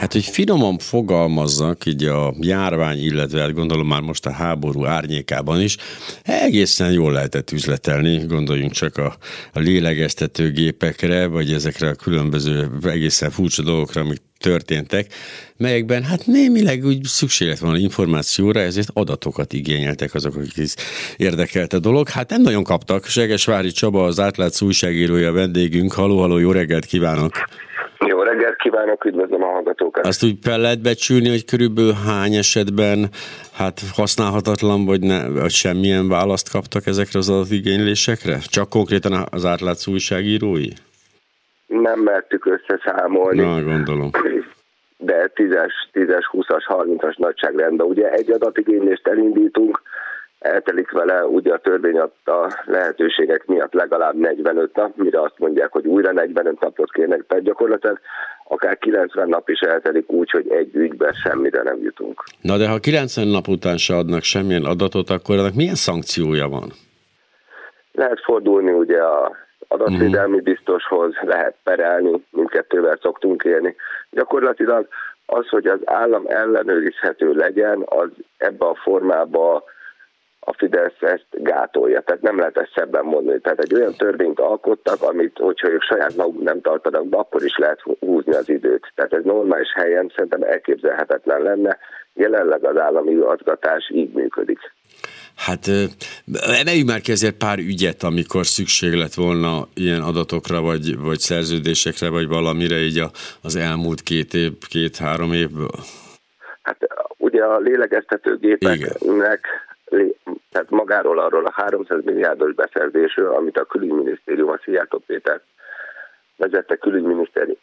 Hát, hogy finoman fogalmazzak, így a járvány, illetve hát gondolom már most a háború árnyékában is, egészen jól lehetett üzletelni, gondoljunk csak a lélegeztetőgépekre, vagy ezekre a különböző egészen furcsa dolgokra, amik történtek, melyekben hát némileg úgy szükség lett volna információra, ezért adatokat igényeltek azok, akik érdekelt a dolog. Hát nem nagyon kaptak. Segesvári Csaba, az Átlátszó újságírója vendégünk. Halló, jó reggelt kívánok! Jó reggelt kívánok, üdvözlöm a hallgatókat! Azt úgy fel lehet becsülni, hogy körülbelül hány esetben hát használhatatlan, vagy semmilyen választ kaptak ezekre az adatigénylésekre? Csak konkrétan az Átlátszó újságírói? Nem mertük összeszámolni. Na, gondolom. De 10-es, 20-as, 30-as nagyságrendben. Ugye egy adatigénylést elindítunk, eltelik vele ugye a törvény adta lehetőségek miatt legalább 45 nap, mire azt mondják, hogy újra 45 napot kérnek, tehát gyakorlatilag akár 90 nap is eltelik úgy, hogy egy ügyben semmire nem jutunk. Na de ha 90 nap után se adnak semmilyen adatot, akkor annak milyen szankciója van? Lehet fordulni ugye a adatvédelmi biztoshoz, lehet perelni, mindkettővel szoktunk élni. Gyakorlatilag az, hogy az állam ellenőrizhető legyen, az ebbe a formába a Fidesz ezt gátolja. Tehát nem lehet ezt szebben mondani. Tehát egy olyan törvényt alkottak, amit, hogyha ők saját maguk nem tartanak be, akkor is lehet húzni az időt. Tehát ez normális helyen szerintem elképzelhetetlen lenne. Jelenleg az állami igazgatás így működik. Hát emeljük már ki ezért pár ügyet, amikor szükség lett volna ilyen adatokra, vagy szerződésekre, vagy valamire így az elmúlt 2-3 évből. Hát ugye a lélegeztetőgépeknek, tehát magáról arról a 300 milliárdos beszerzésről, amit a külügyminisztérium, a Szijjártó Péter vezette külügyminiszteri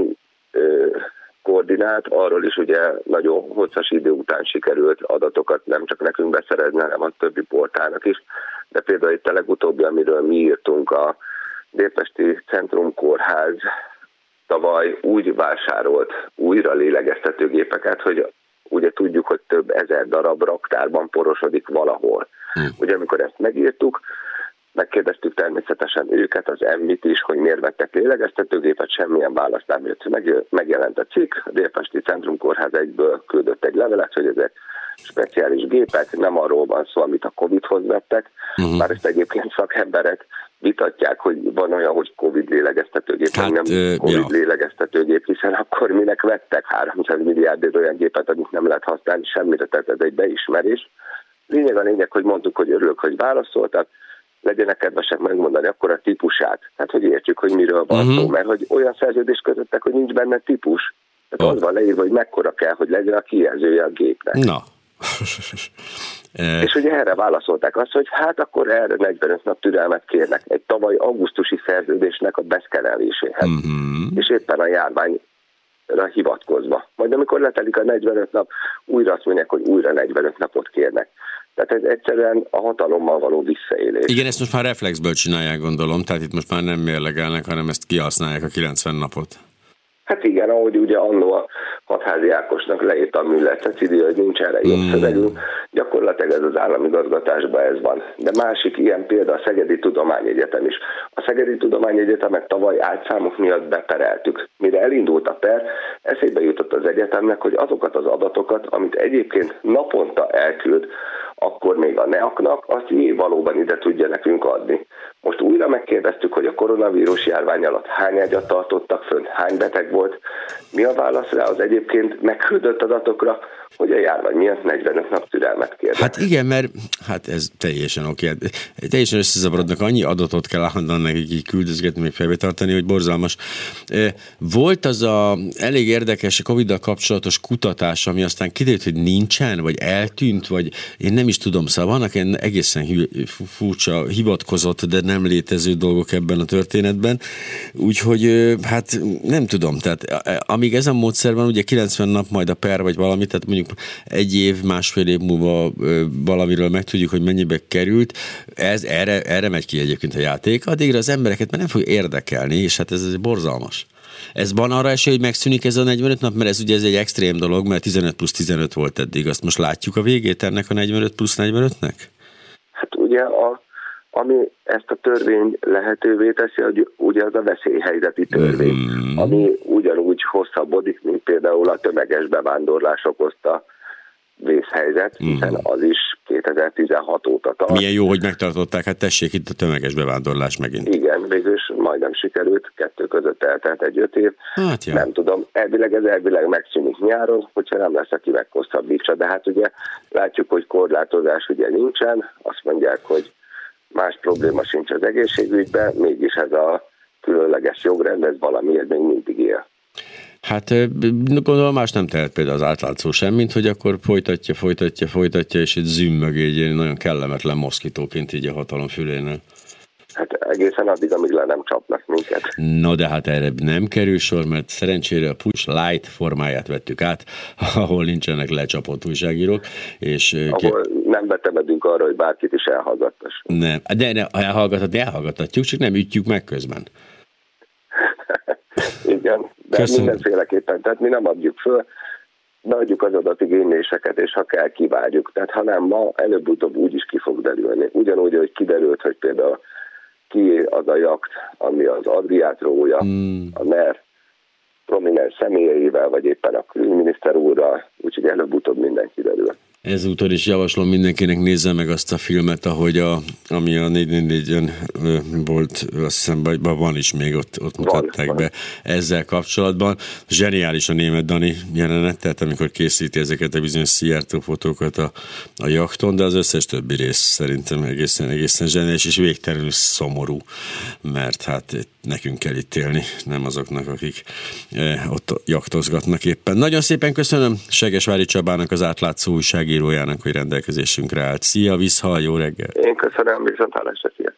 koordinált, arról is ugye nagyon hosszas idő után sikerült adatokat nem csak nekünk beszerezni, hanem a többi portálnak is. De például itt a legutóbbi, amiről mi írtunk, a Délpesti Centrum Kórház tavaly úgy vásárolt újra lélegeztetőgépeket, hogy ugye tudjuk, hogy több ezer darab raktárban porosodik valahol. Ugye amikor ezt megírtuk, megkérdeztük természetesen őket, az EMMI-t is, hogy miért vettek lélegeztetőgépet, semmilyen választ nem jött. Megjelent a cikk, a Délpesti Centrum Kórház egyből küldött egy levelet, hogy ezek speciális gépek, nem arról van szó, amit a Covid-hoz vettek. Már ezt egyébként szakemberek vitatják, hogy van olyan, hogy Covid lélegeztetőgép, hát, nem Covid lélegeztetőgép, hiszen akkor minek vettek 300 milliárd olyan gépet, amit nem lehet használni semmire, tehát ez egy beismerés. Lényeg, hogy mondtuk, hogy örülök, hogy válaszoltak, legyenek kedvesek megmondani akkor a típusát. Hát, hogy értsük, hogy miről van szó, mert hogy olyan szerződést kötöttek, hogy nincs benne típus. Tehát az van leírva, hogy mekkora kell, hogy legyen a kijelzője a gépnek. Na. És ugye erre válaszolták azt, hogy hát akkor erre 45 nap türelmet kérnek egy tavaly augusztusi szerződésnek a beszkeneléséhez. És éppen a járványra hivatkozva. Majd amikor letelik a 45 nap, újra azt mondják, hogy újra 45 napot kérnek. Tehát ez egyszerűen a hatalommal való visszaélés. Igen, ezt most már reflexből csinálják, gondolom, tehát itt most már nem mérlegelnek, hanem ezt kihasználják a 90 napot. Hát igen, ahogy ugye annó a Hatházi Ákosnak leírt a Müller Cecília, hogy nincs erre jobb szövegünk, gyakorlatilag ez az államigazgatásban ez van. De másik ilyen példa a Szegedi Tudományegyetem is. A Szegedi Tudományegyetemet tavaly ágyszámok miatt bepereltük. Mire elindult a per, eszébe jutott az egyetemnek, hogy azokat az adatokat, amit egyébként naponta elküld, akkor még a NEAK-nak azt valóban ide tudja nekünk adni. Most újra megkérdeztük, hogy a koronavírus járvány alatt hány ágyat tartottak fönn, hány beteg volt. Mi a válasz rá az egyébként megküldött adatokra, hogy a járvány miatt 45 nap türelmet kérnek? Hát igen, mert hát ez teljesen oké. Teljesen összezavarodnak, annyi adatot kell állandóan nekik így küldözgetni, még felbetartani, hogy borzalmas. Volt az a elég érdekes Covid-dal kapcsolatos kutatás, ami aztán kiderült, hogy nincsen, vagy eltűnt, vagy én nem is tudom, szóval vannak ilyen egészen furcsa, hivatkozott, de nem létező dolgok ebben a történetben. Úgyhogy hát nem tudom, tehát amíg ez a módszer van, ugye 90 nap majd a per, vagy valami, tehát mondjuk egy év, másfél év múlva valamiről megtudjuk, hogy mennyibe került. Erre megy ki egyébként a játék. Addigra az embereket már nem fog érdekelni, és hát ez borzalmas. Ez van arra esély, hogy megszűnik ez a 45 nap, mert ez egy extrém dolog, mert 15 plusz 15 volt eddig. Azt most látjuk a végét ennek a 45 plusz 45-nek? Hát ugye Ami ezt a törvény lehetővé teszi, hogy ugye az a veszélyhelyzeti törvény, ami ugyanúgy hosszabbodik, mint például a tömeges bevándorlás okozta vészhelyzet, hiszen az is 2016 óta tart. Milyen jó, hogy megtartották, hát tessék itt a tömeges bevándorlás megint. Igen, végülis majdnem sikerült, 2 között eltelt egy 5 év. Hát, ja. Nem tudom, elvileg megszűnik nyáron, hogyha nem lesz, aki meghosszabbítsa. De hát ugye látjuk, hogy korlátozás ugye nincsen, azt mondják, hogy más probléma sincs az egészségügyben, mégis ez a különleges jogrend, ez valamiért még mindig él. Hát gondolom más nem tehet például az átlátszó sem, mint hogy akkor folytatja, és egy zümmög egy nagyon kellemetlen moszkitóként így a hatalom fülénél. Hát egészen addig, amíg le nem csapnak minket. No, de hát erre nem kerül sor, mert szerencsére a Push Light formáját vettük át, ahol nincsenek lecsapott újságírók. És ahol nem betemedünk arra, hogy bárkit is elhallgattass. Nem, de elhallgathatjuk, csak nem ütjük meg közben. Igen, de köszönöm. Mindenféleképpen, tehát mi nem adjuk föl, beadjuk az adatigényléseket, és ha kell, kivárjuk. Tehát ha nem ma, előbb-utóbb úgy is ki fog derülni. Ugyanúgy, hogy kiderült, hogy például ki az a jakt, ami az Adriát rója, a NER prominens személyeivel, vagy éppen a külügyminiszter úrral, úgyhogy előbb-utóbb minden kiderül. Ezúttal is javaslom mindenkinek, nézze meg azt a filmet, ami a 444-en volt, azt hiszem, van is még, ott mutatták be ezzel kapcsolatban. Zseniális a Németh Dani jelenet, tehát amikor készíti ezeket a bizonyos Szijjártó fotókat a jachton, de az összes többi rész szerintem egészen zseniális, és végtelenül szomorú, mert hát nekünk kell itt élni, nem azoknak, akik ott jachtozgatnak éppen. Nagyon szépen köszönöm Segesvári Csabának, az Átlátszó újságírójának, hogy rendelkezésünkre állt. Szia, viszhal, jó reggel! Én köszönöm, viszontlátásra, szia!